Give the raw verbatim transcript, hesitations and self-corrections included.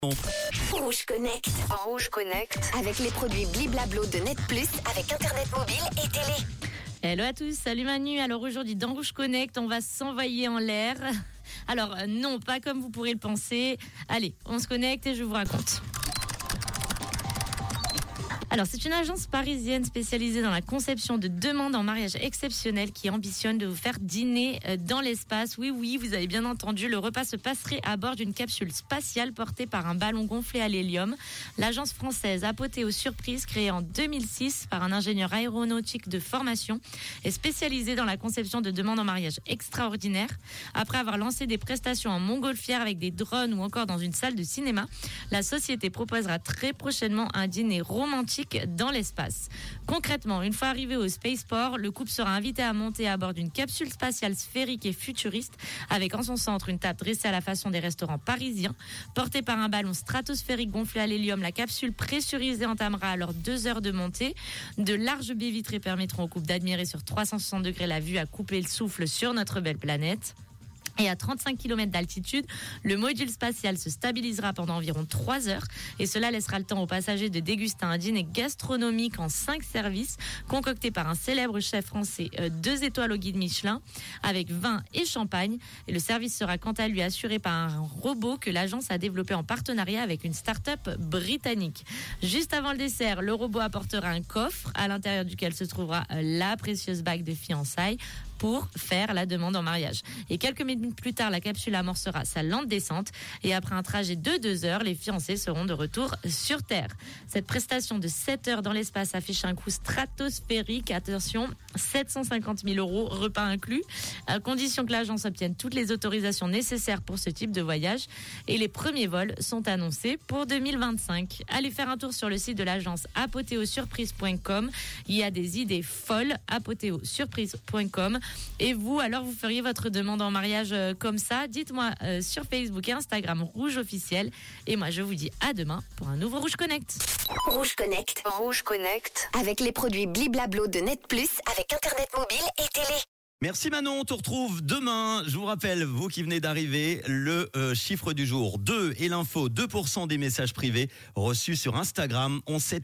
Rouge Connect. Rouge Connect. Avec les produits Bliblablo de Net Plus, avec Internet mobile et télé. Hello à tous, salut Manu. Alors aujourd'hui dans Rouge Connect, on va s'envoyer en l'air. Alors non, pas comme vous pourrez le penser. Allez, on se connecte et je vous raconte. Alors, c'est une agence parisienne spécialisée dans la conception de demandes en mariage exceptionnelles qui ambitionne de vous faire dîner dans l'espace. Oui, oui, vous avez bien entendu, le repas se passerait à bord d'une capsule spatiale portée par un ballon gonflé à l'hélium. L'agence française Apothéo Surprise, créée en deux mille six par un ingénieur aéronautique de formation, est spécialisée dans la conception de demandes en mariage extraordinaires. Après avoir lancé des prestations en montgolfière avec des drones ou encore dans une salle de cinéma, la société proposera très prochainement un dîner romantique dans l'espace. Concrètement, une fois arrivé au spaceport, le couple sera invité à monter à bord d'une capsule spatiale sphérique et futuriste avec en son centre une table dressée à la façon des restaurants parisiens. Portée par un ballon stratosphérique gonflé à l'hélium, la capsule pressurisée entamera alors deux heures de montée. De larges baies vitrées permettront au couple d'admirer sur trois cent soixante degrés la vue à couper le souffle sur notre belle planète. Et à trente-cinq kilomètres d'altitude, le module spatial se stabilisera pendant environ trois heures et cela laissera le temps aux passagers de déguster un dîner gastronomique en cinq services concocté par un célèbre chef français euh, deux étoiles au guide Michelin avec vin et champagne. Et le service sera quant à lui assuré par un robot que l'agence a développé en partenariat avec une start-up britannique. Juste avant le dessert, le robot apportera un coffre à l'intérieur duquel se trouvera euh, la précieuse bague de fiançailles pour faire la demande en mariage. Et quelques minutes plus tard, la capsule amorcera sa lente descente et après un trajet de deux heures, les fiancés seront de retour sur Terre. Cette prestation de sept heures dans l'espace affiche un coût stratosphérique. Attention, sept cent cinquante mille euros, repas inclus, à condition que l'agence obtienne toutes les autorisations nécessaires pour ce type de voyage. Et les premiers vols sont annoncés pour deux mille vingt-cinq. Allez faire un tour sur le site de l'agence apothéo surprise point com. Il y a des idées folles, apothéo surprise point com. Et vous, alors, vous feriez votre demande en mariage euh, comme ça? Dites-moi euh, sur Facebook et Instagram Rouge Officiel. Et moi, je vous dis à demain pour un nouveau Rouge Connect. Rouge Connect. Rouge Connect. Avec les produits Bliblablo de Net Plus, avec Internet mobile et télé. Merci Manon, on te retrouve demain. Je vous rappelle, vous qui venez d'arriver, le euh, chiffre du jour deux et l'info, deux pour cent des messages privés reçus sur Instagram. On sait